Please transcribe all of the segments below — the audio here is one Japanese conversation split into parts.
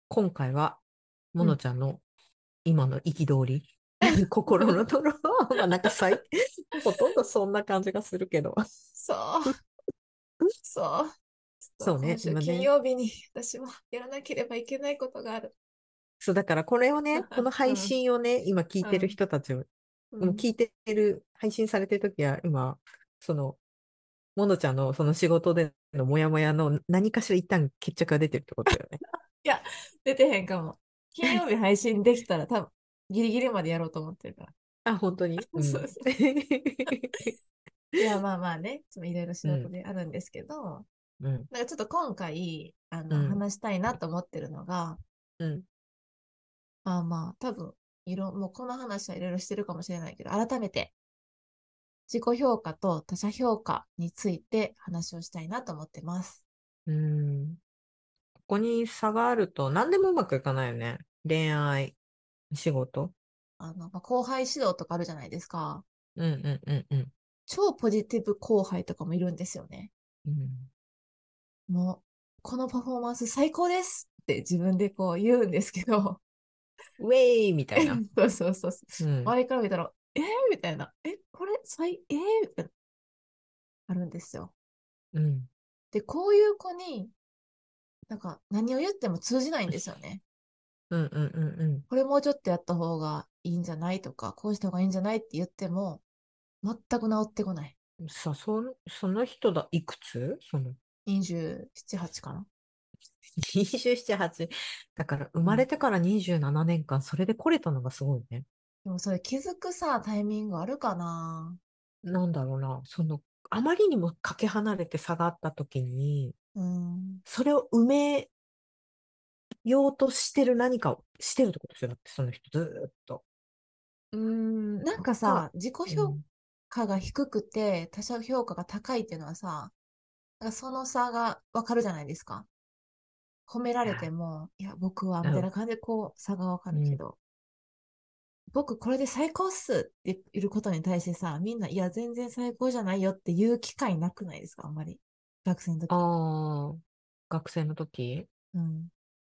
今回は、もうん。 のちゃんの今の憤り、心のトロまあなんかほとんどそんな感じがするけど。 そう、そう。ちょっとそうね、 今週今ね。 金曜日に私もやらなければいけないことがある。 そう、だからこれをね、この配うん、 信をね、今聞いてるうん、 人たちを、 うん。 もう聞いてる、配信されてるときは、今、その、ものちゃんのその仕事でのモヤモヤの何かしら一旦決着が出てるってことだよね。 いや、出てへんかも。金曜日配信できたら多分ギリギリまでやろうと思ってるかあ、本当にら。 うん。 そうそう。いや、まあまあね、ちょっといろいろ仕うん、 事であるんですけど、 うん、 なんかちょっと今回、 うん、 話したいなと思ってるのが、 うん、 まあまあ、多分、もうこの話はいろいろしてるかもしれないけど、改めて自己評価と他者評価について話をしたいなと思ってます。 うん。ここに差があると何でもうまくいかないよね。恋愛、仕事。 まあ、後輩指導とかあるじゃないですか。 うんうんうんうん。 超ポジティブ後輩とかもいるんですよね。 うん、 もう、このパフォーマンス最高ですって自分でこう言うんですけど、 ウェイみたいな。 そうそうそうそう。 うん。 周りから見たら、みたいな。これ、みたいな、あるんですよ。 うん。 で、こういう子に、なんか何を言っても通じないんですよね。 うんうんうんうん。 これもうちょっとやった方がいいんじゃないとか、こうした方がいいんじゃないって言っても、全く治ってこない。 その人いくつ 27、8かな。 27、8。だから生うん。 まれてから27年間、それで来れたのがすごいね。 でもそれ気づくさ、タイミングあるかな？ なんだろうな。あまりにもかけ離れて差があった時に、 うん。 それを埋めようとしてる何かをしてるってことでしょだって、その人ずーっと。 なんかか、 さ、自己評うん。 価が低くて他者評価が高いっていうのはさ、なんかその差がわかるじゃないですか。褒められても、いや、僕は、みたいなうん。 感じでこう差がわかうん。 るけど、僕これで最高っすって言ることに対してさ、みんな、いや、全然最高じゃないよっていう機会なくないですか、あんまり。学生の時。 ああ、学生の時うん。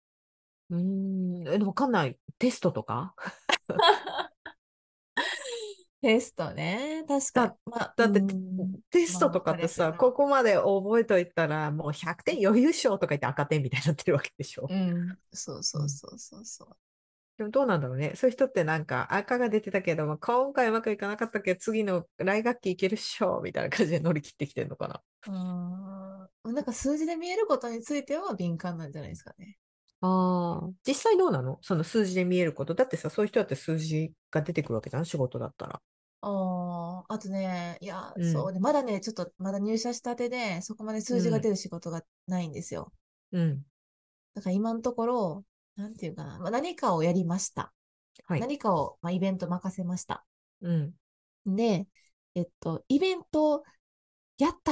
わかんない。テストとかテストね。確かに。 だ、 まあ、 だって、テストまあ、わかとかってさ、 りやすいな。 ここまで覚えといたら、もう100点余裕賞とか言って赤点みたいになってるわけでしょ。 うん。そううん。 そうそうそうそう。 でもどうなんだろうね。そういう人ってなんか赤が出てたけども、今回うまくいかなかったけど、次の来学期いけるっしょ、みたいな感じで乗り切ってきてるのかな。 なんか数字で見えることについては敏感なんじゃないですかね。 ああ、実際どうなのその数字で見えること。だってさ、そういう人だって数字が出てくるわけじゃん仕事だったら。 あとね、いや、 うん、 そうね、まだね、ちょっとまだ入社したてで、そこまで数字が出うん、 る仕事がないんですよ。 うん。 だから今のところ、なんていうかな、まあ、何かをやりました。 はい。 何かを、まあ、イベント任せました。 うん。 で、イベントやった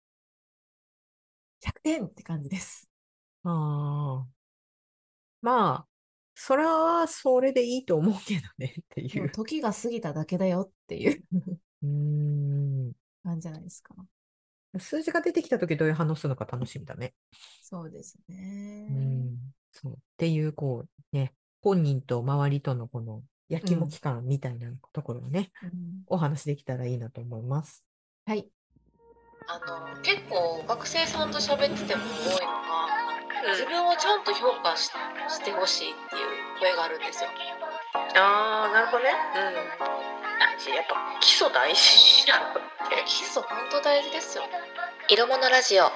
!100 点って感じです。 ああ、まあ、それはそれでいいと思うけどねってでもいう。 時が過ぎただけだよっていううーん。 感じじゃないですか。 数字が出てきたときどういう反応するのか楽しみだね。 そうですうね。 ん。そう。っていう、ね、本人と周りとのこの、やきもうん。 き感みたいなところをね、 うん。 お話できたらいいなと思います。 はい。結構学生さんと喋ってても多いのが、自分をちゃんと評価してほしいっていう声があるんですよ。 ああ、なるほどね。 うん。 大事。やっぱ基礎大事なのって。 基礎本当大事ですよ。色物ラジオ。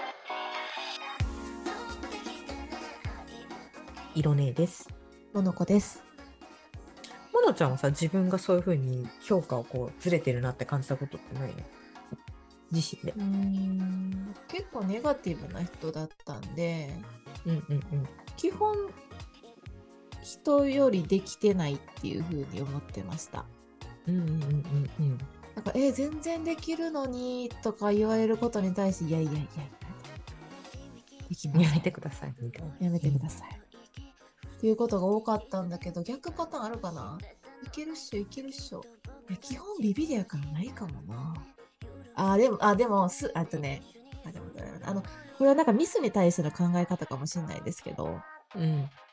色ねです。 モノコです。 ものちゃんはさ、自分がそういうふうに評価をずれてるなって感じたことってないの自身で。 結構ネガティブな人だったんで、 うんうんうん。 基本人よりできてないっていう風に思ってました。 うんうんうんうんうん。 なんか、全然できるのにとか言われることに対して、いやいやいやいや、できまやせん。 めてください、みたいな。 やめうん。 てください。っていうことが多かったんだけど、逆パターンあるかな？いけるっしょ、いけるっしょ。いや基本ビビりやからないかもな。でも、あとね、でもこれはなんかミスに対しての考え方かもしれないですけど、 うん。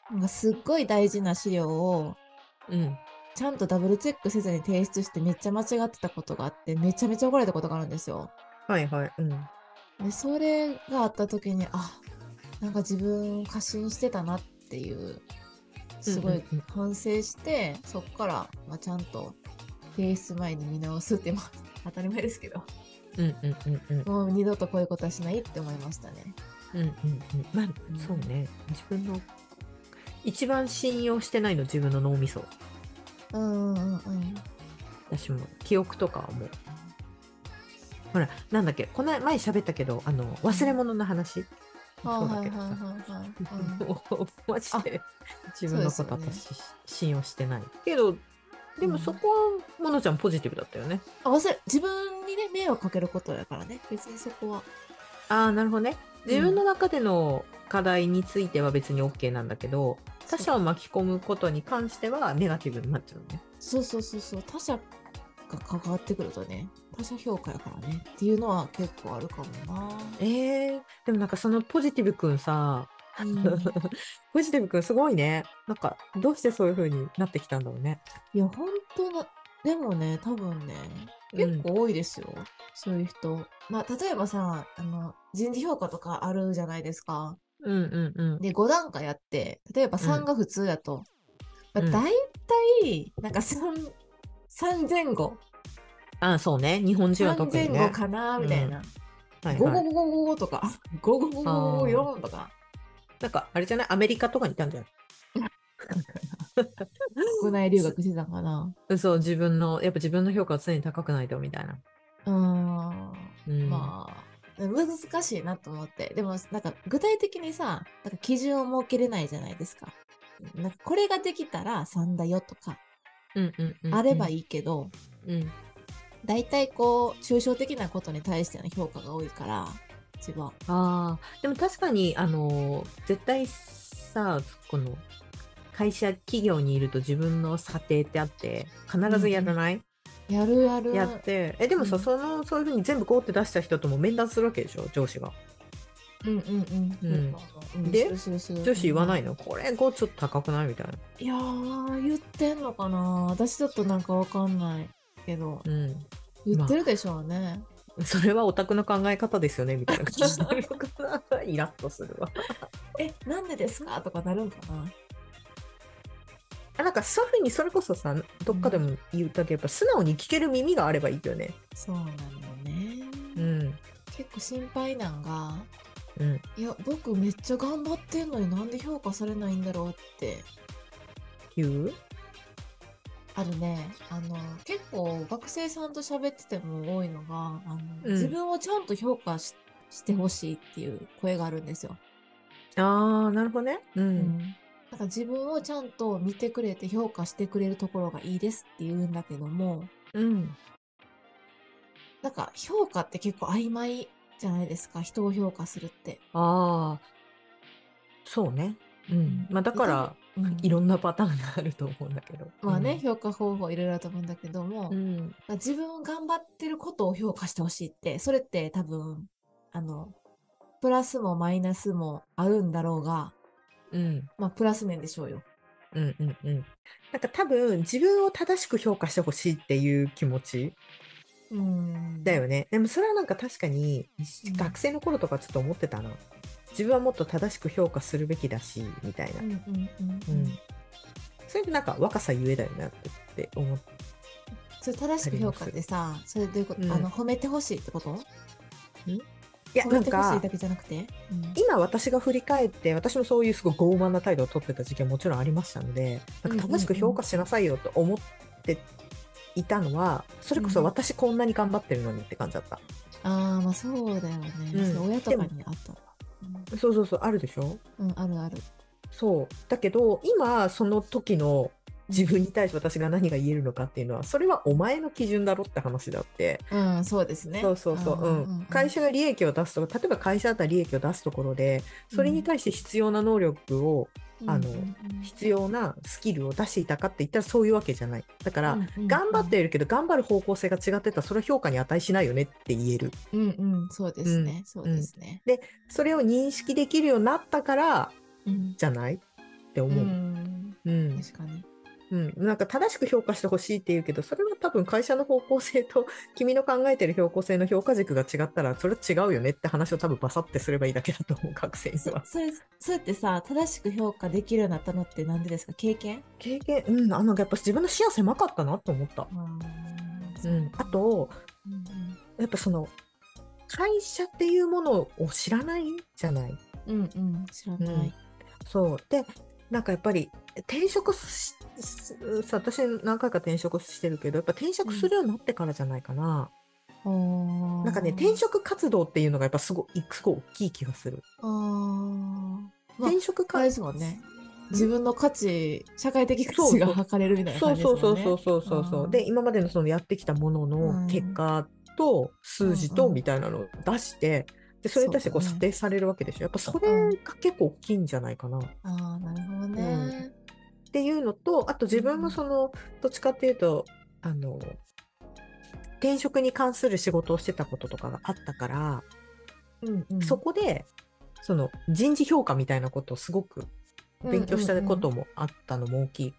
なんかすっごい大事な資料をうん。 ちゃんとダブルチェックせずに提出してめっちゃ間違ってたことがあって、めちゃめちゃ怒られたことがあるんですよ。 はいはい。うん。 で、それがあった時に、あ、なんか自分過信してたなっていう、 うんうすごいんうん。 反省して、そこから、まあ、ちゃんと提出前に見直すって、まあ、当たり前ですけど、 うんうんうんうん。 もう二度とこういうことはしないって思いましたね。 うんうんうん。まあ、 うん。 そうね。自分の、一番信用してないの自分の脳みそ。 うんうんうんうん。 私も、記憶とかはもう、ほら、なんだっけ、この前喋ったけど、忘れ物の話。 あ、 そうだはいけどさ。 はいはいはい。うん。 マジあ、 で自そう分のですよね。 こと私信用してない。けど、でもそうん。 こは、ものちゃんポジティブだったよね。 あ、自分にね、迷惑かけることだからね。別にそこは。 ああ、なるほどね。自分うん。 の中での課題については別に OK なんだけど、他そう。 者を巻き込むことに関してはネガティブになっちゃうね。 そうそうそうそう。他者が関わってくるとね、他者評価やからね。っていうのは結構あるかもな。 でもなんかそのポジティブくんさ、 うん。 ポジティブくんすごいね。なんか、どうしてそういう風になってきたんだろうね。 いや、本当な、でもね、多分ね、 うん。 結構多いですよ。そういう人。まあ、例えばさ、人事評価とかあるじゃないですか。 うんうんうん。 で、5段階あって、例えば3 うん。 が普通だと、まあ、 うん。 大体、なんか3前後。 ああ、そうね。日本人は 3前後特にね。 かなみうん。 たいな。5、5、 はいはい。 5、5、5とか、5、5、5、5、 ああ。 4とか。 なんか、あれじゃないアメリカとかにいたんじゃない？ 国内留学してたかな。 そう、やっぱ自分の評価は常に高くないと、みたいな。 うーん。 うん。 まあ、難しいなと思って。でも、なんか具体的にさ、なんか基準を設けれないじゃないですか。なんかこれができたら3だよとか、 うんうんうんうん。 あればいいけど、 うん。 大体こう、抽象的なことに対しての評価が多いから、うちは。 ああ、でも確かに、絶対さ、この会社、企業にいると自分の査定ってあって、必ずやらうんうん。 ないやるやる。 やって、でもさ、 うん。 そういうふうに全部こうって出した人とも面談するわけでしょ、上司が。 うんうんうん。するとうん。 思う。うん、すで、 るするする。 上司うん、まあ。 言わないのこれ5ちょっと高くないみたいな。 いやー、言ってんのかな私だとなんかわかんないけど、 うん。 言っまてるでしょうね。 あ、それはオタクの考え方ですよね、みたいな感じになるのかな。イラッとするわ。 え、なんでですかとかなるんかな。 なんかそういうふうにそれこそさ、どっかでうん、 も言ったけど、やっぱ素直に聞ける耳があればいいよね。 そうなのよね。 うん。 結構心配なんが、 うん。 いや、僕めっちゃ頑張ってんのになんで評価されないんだろうって言うあるね。結構学生さんと喋ってても多いのが、自うん。 分をちゃんと評価してほしいっていう声があるんですよ。 ああ、なるほどね。うん。 うん。だから自分をちゃんと見てくれて評価してくれるところがいいですって言うんだけども、 うん。 なんか評価って結構曖昧じゃないですか。人を評価するって。 ああ、そうね。うん。 うん。 まあだで、多分、 から、 ういん。 ろんなパターンがあると思うんだけど。うまあね、 ん。 評価方法いろいろあると思うんだけども、 うん。 自分頑張ってることを評価してほしいって、それって多分、あの、プラスもマイナスもあるんだろうが、 うん。 まあ、プラス面でしょうよ。 うんうんうん。なんか多分、自分を正しく評価してほしいっていう気持ちうーん。 だよね。でもそれはなんか確かに、 うん。 学生の頃とかちょっと思ってたな。自分はもっと正しく評価するべきだし、みたいな。 うんうんうんうん。 うん。 それってなんか若さゆえだよなって思っそれ正しく評価たりもする。 ってさ、それどういうこと、 うん。 褒めてほしいってこと？ いや、 褒めなんか、 てほしいだけじゃなくて。うん。 今私が振り返って、私もそういうすごい傲慢な態度を取ってた時期はもちろんありましたので、なんかうんうん正しく評価しなさいよと思っていたのは、それこそうん。 私こんなに頑張ってるのにって感じだった。 ああ、まあそうだよね。それうん。でも、 親とかにあったわ。 そうそうそう、あるでしょ？ うん、うん、あるある。 そう。だけど、今、その時のうん。 自分に対して私が何が言えるのかっていうのは、それはお前の基準だろって話であって、 うん、そうですね。 そうそうそう、 うんううん。 んうん会社が利益を出すとか、例えば会社だったら利益を出すところで、 うん。 それに対して必要な能力を、 うんうあの、 ん必要なスキルを出していたかって言ったらそういうわけじゃない。だから、 うんうん頑張っているけど、頑張る方向性が違ってたら、それは評価に値しないよねって言える。 うんうんうん。そうでうん。 すね。そううん。 ですね。 で、それを認識できるようになったから、 うん。 じゃないて思う。うん。 確かに。 なんか正しく評価してほしいって言うけど、それは多分会社の方向性と君の考えてる方向性の評価軸が違ったら、それは違うよねって話を多分バサってすればいいだけだと思う、学生には。 それってさ、正しく評価できるようになったのってなんでですか？経験？ 経験、やっぱ自分の視野狭かったなと思った。あと、やっぱその、会社っていうものを知らないじゃない。 知らない。 そう。で、なんかやっぱり転職さ、私何回か転職してるけど、やっぱ転職するようになってからじゃないかな。なんかね、転職活動っていうのがやっぱすごい大きい気がする。転職あれですもんね。自分の価値、社会的価値が測れるみたいなそう感じですもんね。 そう。で、今までのそのやってきたものの結果と数字とみたいなのを出して、で、それに対してこう査定されるわけでしょ。やっぱそれが結構大きいんじゃないかな。 なるほどね。 っていうのと、あと自分もその、どっちかっていうと、転職に関する仕事をしてたこととかがあったから、そこで、その人事評価みたいなことをすごく勉強したこともあったのも大きい。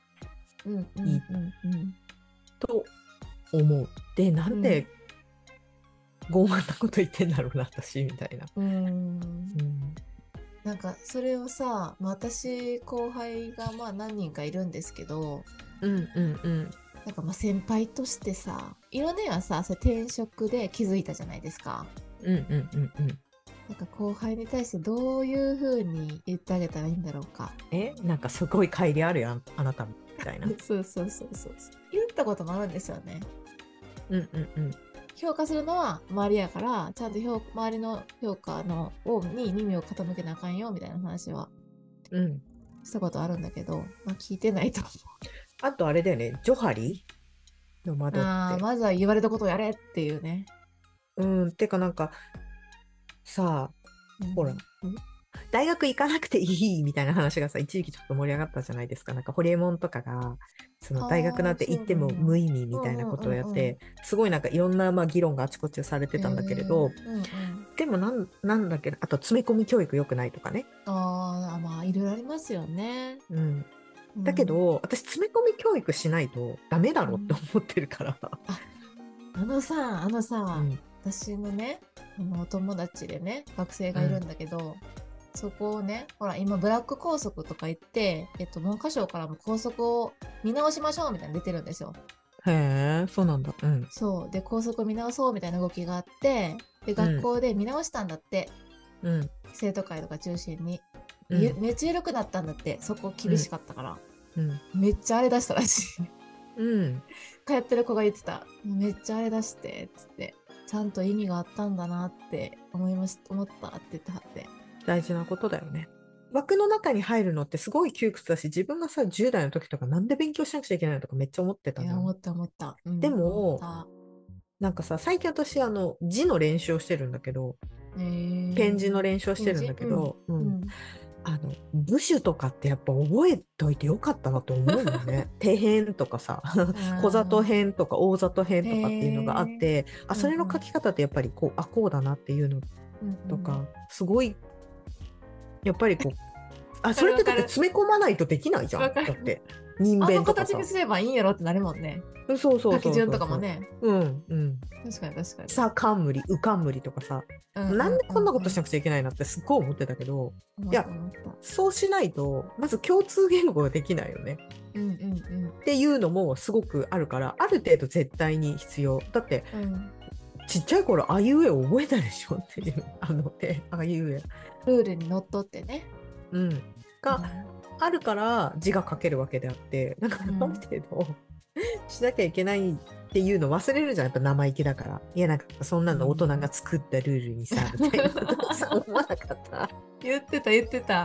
と思う。で、なんで、傲慢なこと言ってんだろうな、私、みたいな。 なんか、それをさ、私、後輩が何人かいるんですけど、なんか先輩としてさ、いろんなはさ、それ転職で気づいたじゃないですか。なんか後輩に対してどういうふうに言ってあげたらいいんだろうか。 なんかすごい乖離あるやん、あなたみたいな。 そう。言ったこともあるんですよね。評価するのは周りやから、ちゃんと周りの評価に耳を傾けなあかんよ、みたいな話は、したことあるんだけど、聞いてないと思う。 あとあれだよね、ジョハリの窓って。 まずは言われたことをやれっていうね。 てかなんか、さあ、ほら、大学行かなくていいみたいな話がさ、一時期ちょっと盛り上がったじゃないですか。なんかホリエモンとかが、その大学なんて行っても無意味みたいなことをやって、すごいなんかいろんな議論があちこちされてたんだけれど、でもなんだっけど、あと詰め込み教育良くないとかね。 いろいろありますよね。 だけど、私詰め込み教育しないとダメだろって思ってるから。 あのさ、私のね、お友達でね、学生がいるんだけど、そこをね、ほら、今、ブラック校則とか言って、文科省からも校則を見直しましょうみたいなの出てるんですよ。 へえ、そうなんだ。 そう。で、校則を見直そうみたいな動きがあって、で、学校で見直したんだって。生徒会とか中心に。めっちゃ緩くなったんだって、そこ厳しかったから。めっちゃあれ出したらしい。通ってる子が言ってた。めっちゃあれ出して、つって。ちゃんと意味があったんだなって思ったって言ってはって。 大事なことだよね。枠の中に入るのってすごい窮屈だし、自分がさ、10代の時とかなんで勉強しなくちゃいけないのとかめっちゃ思ってたじゃん。 思った。 でも、なんかさ、最近私、字の練習をしてるんだけど、ペン字の練習をしてるんだけど、部首とかってやっぱ覚えといてよかったなと思うよね。手編とかさ、小里編とか大里編とかっていうのがあって、それの書き方ってやっぱりこうだなっていうのとか、すごい、やっぱりそれってだって詰め込まないとできないじゃん。だって、人弁とかさ。 形にすればいいんやろってなるもんね。 そう。 書き順とかもね。確かに。 さ、冠、う冠とかさ。なんでこんなことしなくちゃいけないなってすっごい思ってたけど、いや、そうしないと、まず共通言語ができないよね。っていうのもすごくあるから、ある程度絶対に必要。だって、ちっちゃい頃、あいうえを覚えたでしょっていう、あいうえ。 ルールにのっとってね。 があるから字が書けるわけであって、なんかある程度しなきゃいけないっていうの忘れるじゃん。やっぱ生意気だから。いや、なんかそんなの大人が作ったルールにさ、みたいな。思わなかった。 言ってた。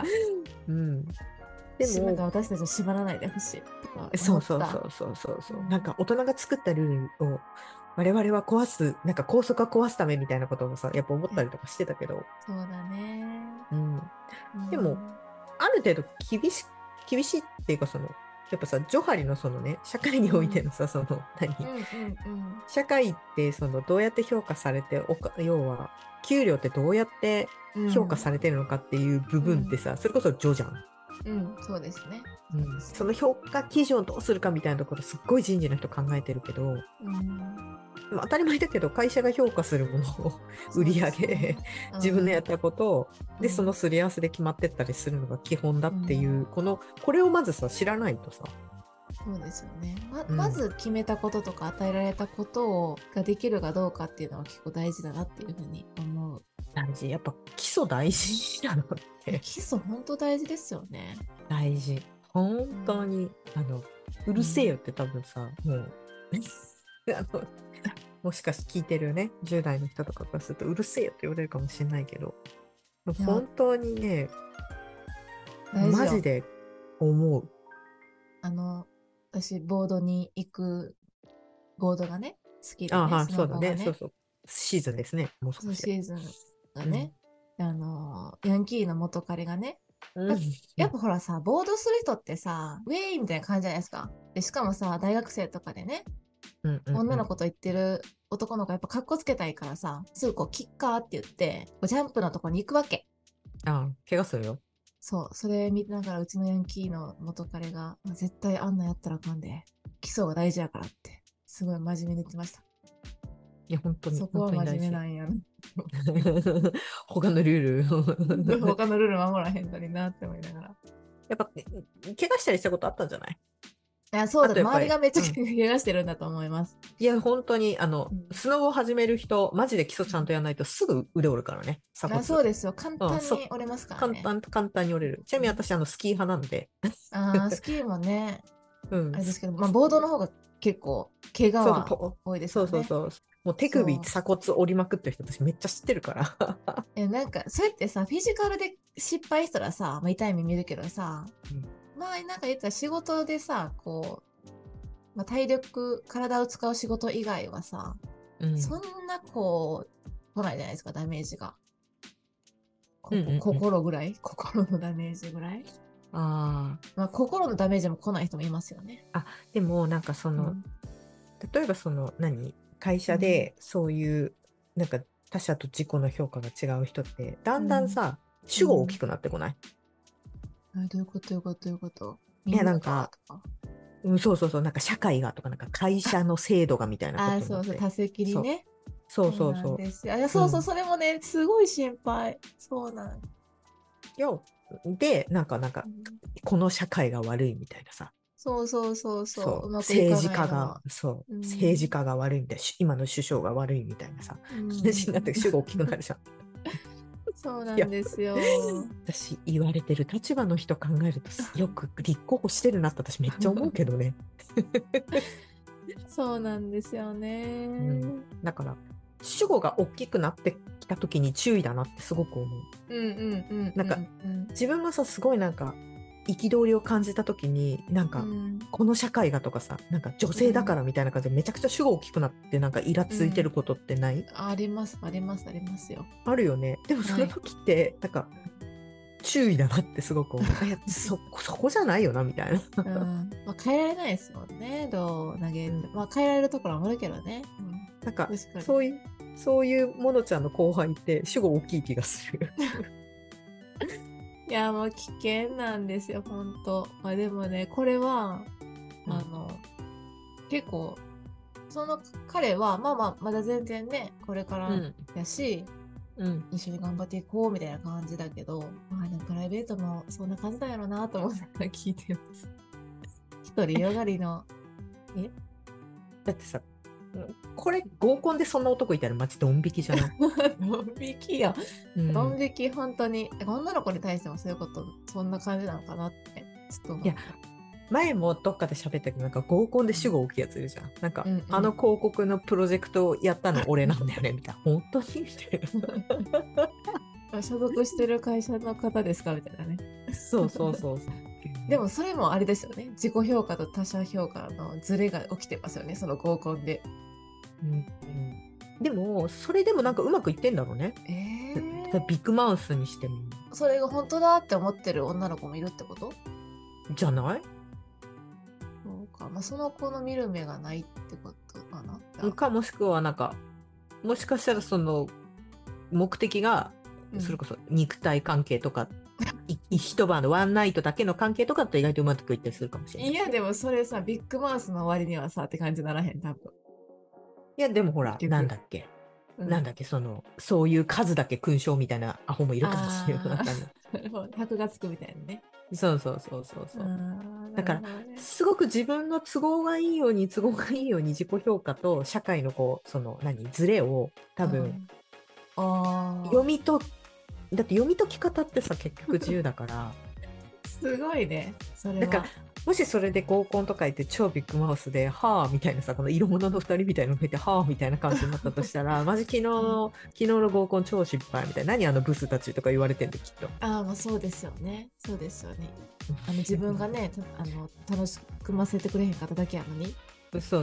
でも、なんか私たちを縛らないでほしい。 そう。なんか大人が作ったルールを我々は壊す、なんか校則は壊すためみたいなこともさ、やっぱ思ったりとかしてたけど。 そうだね。 でも、ある程度厳しいっていうか、やっぱさ、ジョハリのそのね、社会においてのさ、社会ってどうやって評価されて、要は、給料ってどうやって評価されてるのかっていう部分ってさ、それこそジョじゃん。 そうですね。 その評価基準をどうするかみたいなところすっごい人事の人考えてるけど、当たり前だけど会社が評価するものを売り上げ、自分のやったことをでそのすり合わせで決まってったりするのが基本だっていう、これをまずさ知らないとさ。 そうですよね。まず決めたこととか与えられたことができるかどうかっていうのは結構大事だなっていうふうに思う。 大事。やっぱ基礎大事だなって。 基礎本当大事ですよね。 大事。本当に、うるせえよって多分さ、もうもしかして聞いてるね10代の人とかからするとうるせえよって言われるかもしれないけど、本当にねマジで思う。 私ボードに行くボードがね好きでね。 そうだね。そうそうシーズンですね。もう少しシーズンがね、ヤンキーの元彼がね、やっぱほらさ、ボードする人ってさ、ウェイみたいな感じじゃないですか。でしかもさ、大学生とかでね、女の子と言ってる男の子やっぱカッコつけたいからさ、すぐこうキッカーって言ってジャンプのとこに行くわけ。 怪我するよ。 そう、それ見ながらうちのヤンキーの元彼が絶対あんなやったらあかんで、基礎が大事やからってすごい真面目に言ってました。 いや本当にそこは真面目なんやな。 他のルール他のルール守らへんのになって思いながら。 やっぱ怪我したりしたことあったんじゃない？ いやそうだ、周りがめっちゃ怪我してるんだと思います。 いや本当にスノボを始める人マジで基礎ちゃんとやらないとすぐ腕折るからね。 そうですよ、簡単に折れますからね。 簡単に折れる。ちなみに私スキー派なんで。 スキーもね、あれですけど、ボードの方が結構怪我は多いですよね。 そうもう手首鎖骨折りまくってる人私めっちゃ知ってるからなんかそうやってさフィジカルで失敗したらさ、痛い目見るけどさ、なんか言ったら仕事でさこう、体を使う仕事以外はさ、そんなこう来ないじゃないですか、ダメージが。心ぐらい、心のダメージぐらい。心のダメージも来ない人もいますよね。 でもなんか例えば会社でそういうなんか他者と自己の評価が違う人ってだんだんさ、主語大きくなってこない？ どういうこといやなんかそうなんか社会がとかなんか会社の制度がみたいなことになってそう多責にね。 そうそれもねすごい心配。そうなんよ。でなんかこの社会が悪いみたいなさ。 そう政治家が悪いんだ、今の首相が悪いみたいなさ話になって主語大きくなるじゃん。 そうなんですよ。 私言われてる立場の人考えるとよく立候補してるなって私めっちゃ思うけどね。 そうなんですよね、 だから主語が大きくなってきた時に注意だなってすごく思う。なんか自分がさすごいなんか憤りを感じた時になんか、この社会がとかさなんか女性だからみたいな感じでめちゃくちゃ主語大きくなってなんかイラついてることってない？ ありますよ。 あるよね。でもその時ってなんか注意だなってすごく思う。いやそこじゃないよなみたいな。 変えられないですもんね、どう投げて、変えられるところはあるけどね。 なんかそういうモノちゃんの後輩って主語大きい気がする。 いやもう危険なんですよ本当。でもねこれは結構その彼はまだ全然ねこれからやし、一緒に頑張っていこうみたいな感じだけど、プライベートもそんな感じだやろうなと思って聞いてます。一人よがりのだってさこれ合コンでそんな男いたらマジドン引きじゃない？ ドン引きよ、ドン引き。本当に女の子に対してもそういうことそんな感じなのかなってちょっと思った。 いや前もどっかで喋ったけどなんか合コンで主語大きいやついるじゃん。なんか、広告のプロジェクトをやったの俺なんだよねみたいな。本当にみたいな。所属してる会社の方ですかみたいなね。 そうでもそれもあれですよね、自己評価と他者評価のズレが起きてますよね、その合コンで。 でもそれでもなんかうまくいってんだろうね。ビッグマウスにしてもそれが本当だって思ってる女の子もいるってことじゃない？ そうか、その子の見る目がないってことかな。 かもしくはなんかもしかしたらその目的がそれこそ肉体関係とか一晩のワンナイトだけの関係とかって意外とうまくいったりするかもしれない。 いや、でもそれさ、ビッグマウスの割にはさって感じならへん、多分。 いや、でもほら、なんだっけ、なんだっけ、そういう数だけ勲章みたいなアホもいるかもしれない。 箔がつくみたいなね。 そう。だから、すごく自分の都合がいいように自己評価と社会のズレを多分、だって読み解き方ってさ、結局自由だから。 すごいね、それは。 だからもしそれで合コンとか言って超ビッグマウスで、はぁみたいなさ、この色物の2人みたいなのを見て、はぁみたいな感じになったとしたら、マジ昨日の合コン超失敗みたいな、何あのブスたちとか言われてんだ、きっと。 まあそうですよね。そうですよね。自分がね、楽しくませてくれへんかっただけやのに。 そう。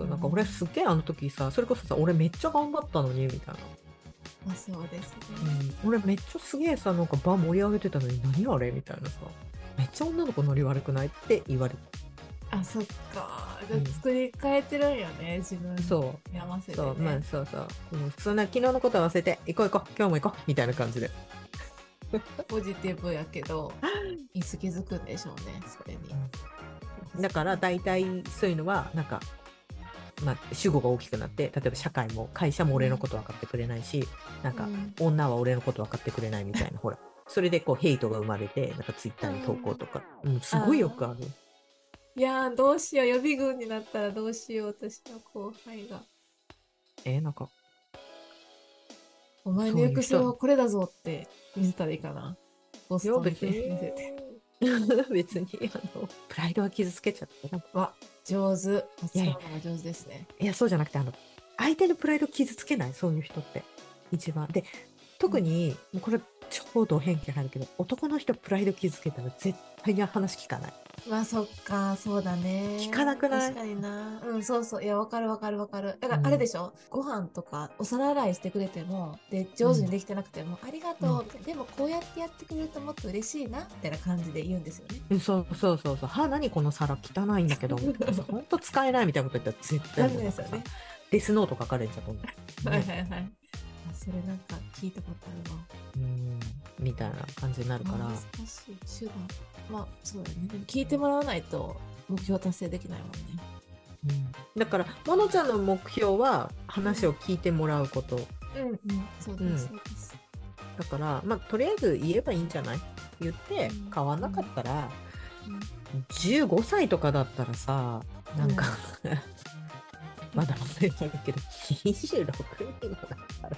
なんか俺すっげえあの時さ、それこそさ、俺めっちゃ頑張ったのに、みたいな。 そうですね。 俺めっちゃすげえさ、なんか場盛り上げてたのに、何あれみたいなさ。めっちゃ女の子ノリ悪くないって言われた。そっか。作り変えてるんよね、自分に合わせて、ね。 そう。そんな昨日のことは忘れて、行こう、今日も行こうみたいな感じで。 ポジティブやけど、気づくんでしょうね、それに。 だから大体そういうのは、なんか、主語が大きくなって、例えば社会も会社も俺のこと分かってくれないし、なんか、女は俺のこと分かってくれないみたいな、ほら。それでヘイトが生まれて、なんかツイッターに投稿とか、すごいよくある。 いやー、どうしよう、予備軍になったらどうしよう、私の後輩が。 なんか。 お前の行く末はこれだぞって見せたらいいかな。ボストンで見せて。 別に、プライドは傷つけちゃった。 上手。扱うのが上手ですね。 いや、そうじゃなくて、相手のプライド傷つけない、そういう人って。一番。で、特に、これ、超ド偏見あるけど、男の人プライド傷つけたら絶対に話聞かない。 そっか、そうだね。 聞かなくない？ 確かにな。そう。いや、わかる。だからあれでしょ、ご飯とかお皿洗いしてくれても、で、上手にできてなくても、ありがとう、みたいな。でもこうやってやってくれるともっと嬉しいな、みたいな感じで言うんですよね。 そう。何この皿汚いんだけど、ほんと使えないみたいなこと言ったら絶対にですよね。 デスノート書かれちゃう。 はい。それなんか聞いたことあるわ。 みたいな感じになるから。 難しい手段。そうだね。でも聞いてもらわないと目標達成できないもんね。 だから、モノちゃんの目標は話を聞いてもらうこと。 そうです。 だから、とりあえず言えばいいんじゃない？言って、変わんなかったら、15歳とかだったらさ、なんか、まだ言われるけど、26人もだったら、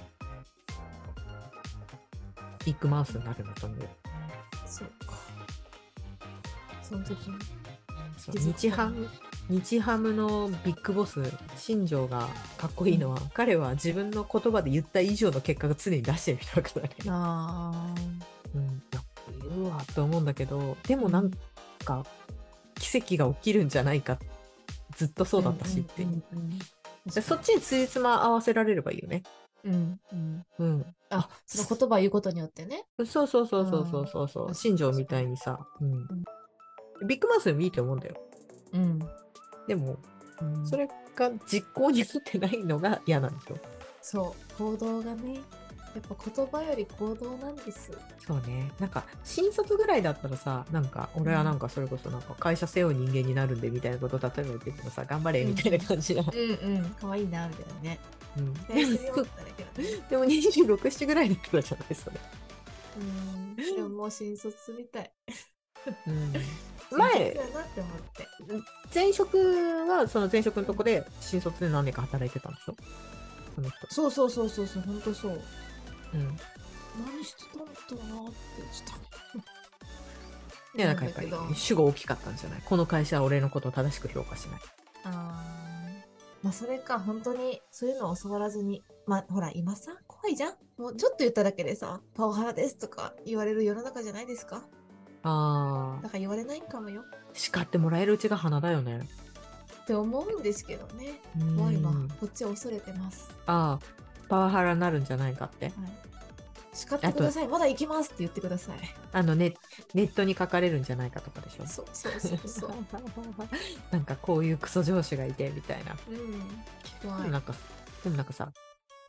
ビッグマウスになるのと思う。 そうか。その時に。 日ハムのビッグボス、新庄がかっこいいのは、彼は自分の言葉で言った以上の結果が常に出してる人だからね。言うわと思うんだけど、でもなんか、奇跡が起きるんじゃないか、ずっとそうだったしっていう。そっちにつじつま合わせられればいいよね。 その言葉を言うことによってね。 そう。新庄みたいにさ、ビッグマウスでもいいと思うんだよ。でも、それが実行に移ってないのが嫌なんですよ。 そう、行動がね、やっぱ言葉より行動なんです。 そうね。なんか、新卒ぐらいだったらさ、なんか、俺はなんかそれこそなんか会社背負う人間になるんでみたいなこと例えば言っててもさ、頑張れみたいな感じな。 かわいいな、みたいなね。 でも26、7ぐらいだったらじゃないそれ。 でももう新卒みたい。 前、前職はその前職のとこで新卒で何年か働いてたんでしょ？その人。 そう、ほんとそう。何してたんだろうなってしたね。 で、なんかやっぱり主語大きかったんじゃない？この会社は俺のことを正しく評価しない。 それか、本当にそういうのを教わらずに、ほら、今さ、怖いじゃん？もうちょっと言っただけでさ、パワハラですとか言われる世の中じゃないですか？だから言われないんかもよ。 叱ってもらえるうちが花だよね。 って思うんですけどね。怖いわ。こっちは恐れてます。 パワハラになるんじゃないかって。 叱ってください。まだ行きますって言ってください。 ネットに書かれるんじゃないかとかでしょ。 そう。 なんかこういうクソ上司がいてみたいな。 怖い。 でもなんかさ、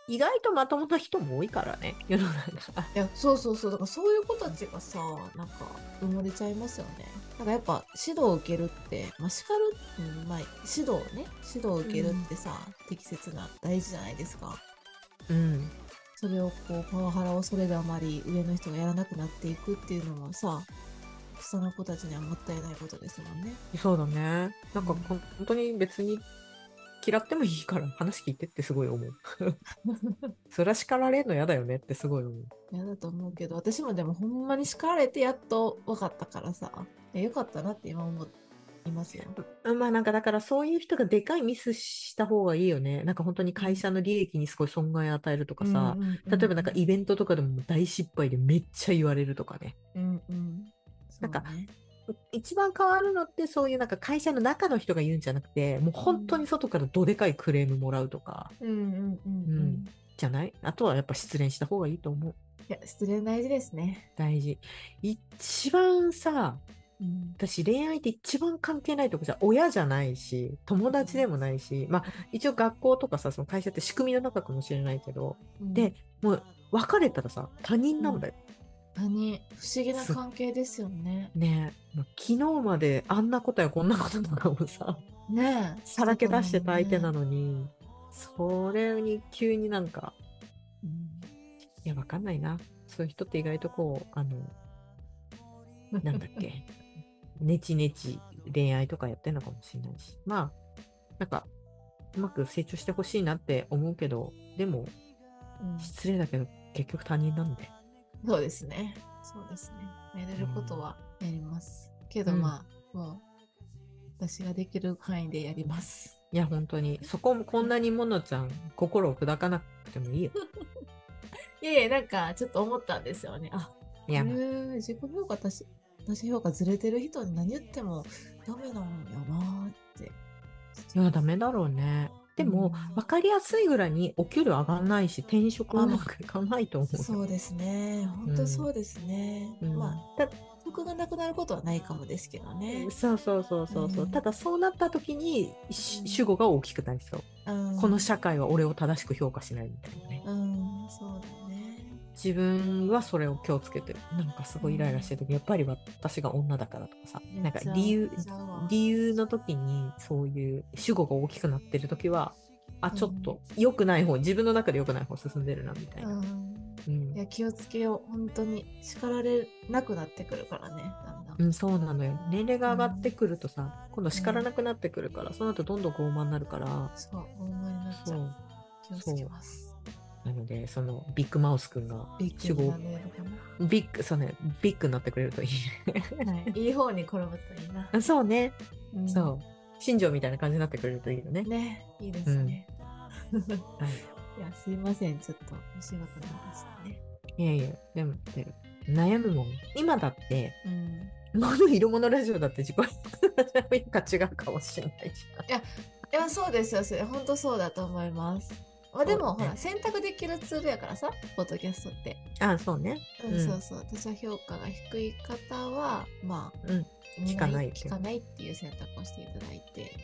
意外とまともな人も多いからね、世の中。 いや、そうそうそう、だからそういう子たちがさ、なんか埋もれちゃいますよね。なんかやっぱ指導を受けるって、まあ叱る、まあ指導を受けるってさ、適切な大事じゃないですか。それをこうパワハラをそれであまり上の人がやらなくなっていくっていうのもさ、下の子たちにはもったいないことですもんね。 そうだね。なんか本当に別に嫌ってもいいから話聞いてってすごい思う。そりゃ叱られるの嫌だよねってすごい思う。 嫌だと思うけど、私もでもほんまに叱られてやっと分かったからさ、よかったなって今思いますよ。 まあなんかだからそういう人がでかいミスした方がいいよね。なんか本当に会社の利益にすごい損害を与えるとかさ、例えばなんかイベントとかでも大失敗でめっちゃ言われるとかね。なんか一番変わるのってそういうなんか会社の中の人が言うんじゃなくて、もう本当に外からどでかいクレームもらうとか、じゃない？あとはやっぱ失恋した方がいいと思う。 いや、失恋大事ですね。 大事。一番さ、私恋愛って一番関係ないとこじゃ親じゃないし友達でもないし、まあ一応学校とかさその会社って仕組みの中かもしれないけど、でもう別れたらさ他人なんだよ。 不思議な関係ですよね。 ねえ、昨日まであんなことやこんなこととかもさ、ねえ、さらけ出してた相手なのに、それに急になんか、いやわかんないな。そういう人って意外とこうなんだっけ。ネチネチ恋愛とかやってんのかもしれないし、まあなんかうまく成長してほしいなって思うけど、でも、失礼だけど結局他人なんで。 そうですね。そうですね。やれることはやります。けどまあ、もう私ができる範囲でやります。 いや本当にそこもこんなにものちゃん心を砕かなくてもいいよ。 いやいやなんかちょっと思ったんですよね。いや自己評価私評価ずれてる人に何言ってもダメなんやなって。 いやダメだろうね。でも、分かりやすいぐらいにお給料上がらないし転職うまくいかないと思う。 そうですね。本当そうですね。まあ職がなくなることはないかもですけどね。 そう。ただそうなった時に主語が大きくなりそう。この社会は俺を正しく評価しないみたいなね。 そうだね。 自分はそれを気をつけてる。なんかすごいイライラしてる時、やっぱり私が女だからとかさ、なんか理由の時にそういう主語が大きくなってる時は、ちょっと良くない方、自分の中で良くない方進んでるなみたいな。 いや気をつけよう。本当に叱られなくなってくるからね。だんだん。 そうなのよ。年齢が上がってくるとさ、今度叱らなくなってくるから、その後どんどん傲慢になるから。 そう、傲慢になっちゃう。気をつけます。 なので、そのビッグマウスくんが主語ビッグになってくれるといいね。いい方に転ぶといいな。 そうね。そう。新庄みたいな感じになってくれるといいよね。 ね、いいですね。いや、すいません。ちょっとお仕事なんですね。 いや、でも、悩むもん。今だって、色物ラジオだって自己評価違うかもしれないじゃん。 いや、そうですよ。本当そうだと思います。でも、ほら、選択できるツールやからさ、ポッドキャストって。 そうね。 そう。他者評価が低い方は、まあ、 聞かないっていう選択をしていただい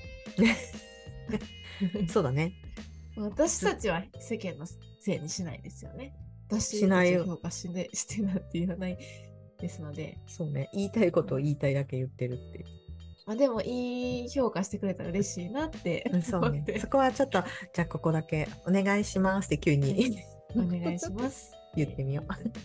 て。そうだね。 私たちは世間のせいにしないですよね。私たちを評価してなんて言わないですので。 そうね。言いたいことを言いたいだけ言ってるっていう。 でもいい評価してくれたら嬉しいなってそうね。そこはちょっとじゃあここだけお願いしますって急にお願いします言ってみよう。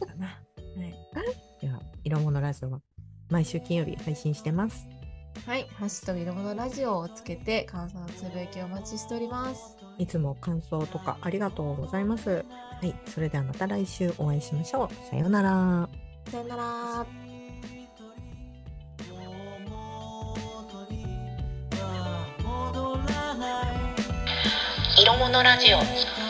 では色物ラジオは毎週金曜日配信してます。 はい、ハッシュタグ色物ラジオをつけて感想のつぶやきをお待ちしております。 いつも感想とかありがとうございます。はい、それではまた来週お会いしましょう。さようなら。 さようなら。 色物ラジオ。